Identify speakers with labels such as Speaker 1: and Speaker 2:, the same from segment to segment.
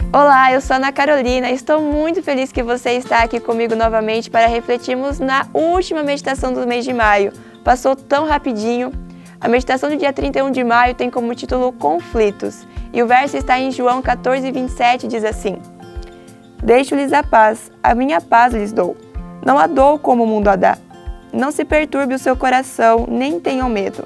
Speaker 1: Olá, eu sou Ana Carolina e estou muito feliz que você está aqui comigo novamente para refletirmos na última meditação do mês de maio. Passou tão rapidinho. A meditação do dia 31 de maio tem como título Conflitos e o verso está em João 14:27 diz assim: Deixo-lhes a minha paz lhes dou. Não a dou como o mundo a dá. Não se perturbe o seu coração, nem tenham medo.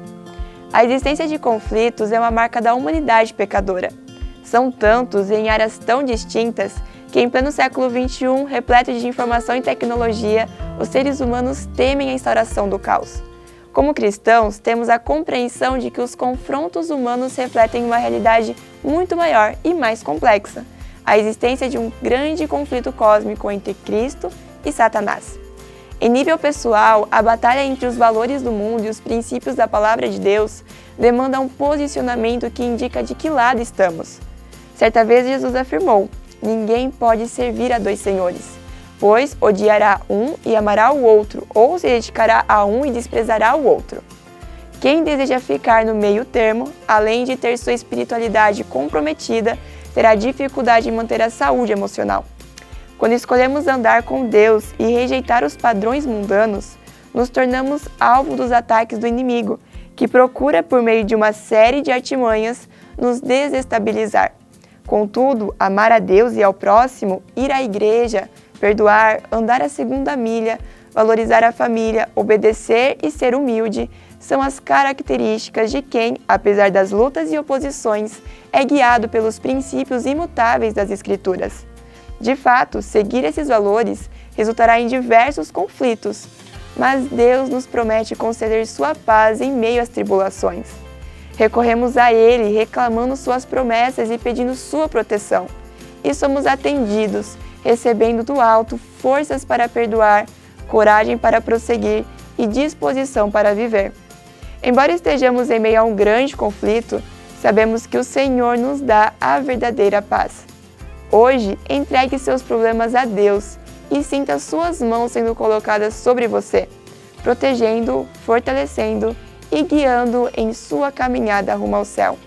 Speaker 1: A existência de conflitos é uma marca da humanidade pecadora. São tantos e em áreas tão distintas que em pleno século XXI, repleto de informação e tecnologia, os seres humanos temem a instauração do caos. Como cristãos, temos a compreensão de que os confrontos humanos refletem uma realidade muito maior e mais complexa, a existência de um grande conflito cósmico entre Cristo e Satanás. Em nível pessoal, a batalha entre os valores do mundo e os princípios da Palavra de Deus demanda um posicionamento que indica de que lado estamos. Certa vez Jesus afirmou: ninguém pode servir a dois senhores, pois odiará um e amará o outro, ou se dedicará a um e desprezará o outro. Quem deseja ficar no meio termo, além de ter sua espiritualidade comprometida, terá dificuldade em manter a saúde emocional. Quando escolhemos andar com Deus e rejeitar os padrões mundanos, nos tornamos alvo dos ataques do inimigo, que procura, por meio de uma série de artimanhas, nos desestabilizar. Contudo, amar a Deus e ao próximo, ir à igreja, perdoar, andar a segunda milha, valorizar a família, obedecer e ser humilde, são as características de quem, apesar das lutas e oposições, é guiado pelos princípios imutáveis das Escrituras. De fato, seguir esses valores resultará em diversos conflitos, mas Deus nos promete conceder sua paz em meio às tribulações. Recorremos a Ele, reclamando suas promessas e pedindo sua proteção. E somos atendidos, recebendo do alto forças para perdoar, coragem para prosseguir e disposição para viver. Embora estejamos em meio a um grande conflito, sabemos que o Senhor nos dá a verdadeira paz. Hoje, entregue seus problemas a Deus e sinta suas mãos sendo colocadas sobre você, protegendo, fortalecendo e guiando em sua caminhada rumo ao céu.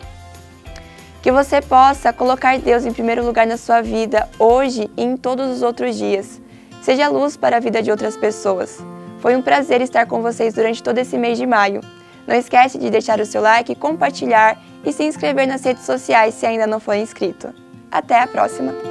Speaker 1: Que você possa colocar Deus em primeiro lugar na sua vida, hoje e em todos os outros dias. Seja luz para a vida de outras pessoas. Foi um prazer estar com vocês durante todo esse mês de maio. Não esquece de deixar o seu like, compartilhar e se inscrever nas redes sociais se ainda não for inscrito. Até a próxima!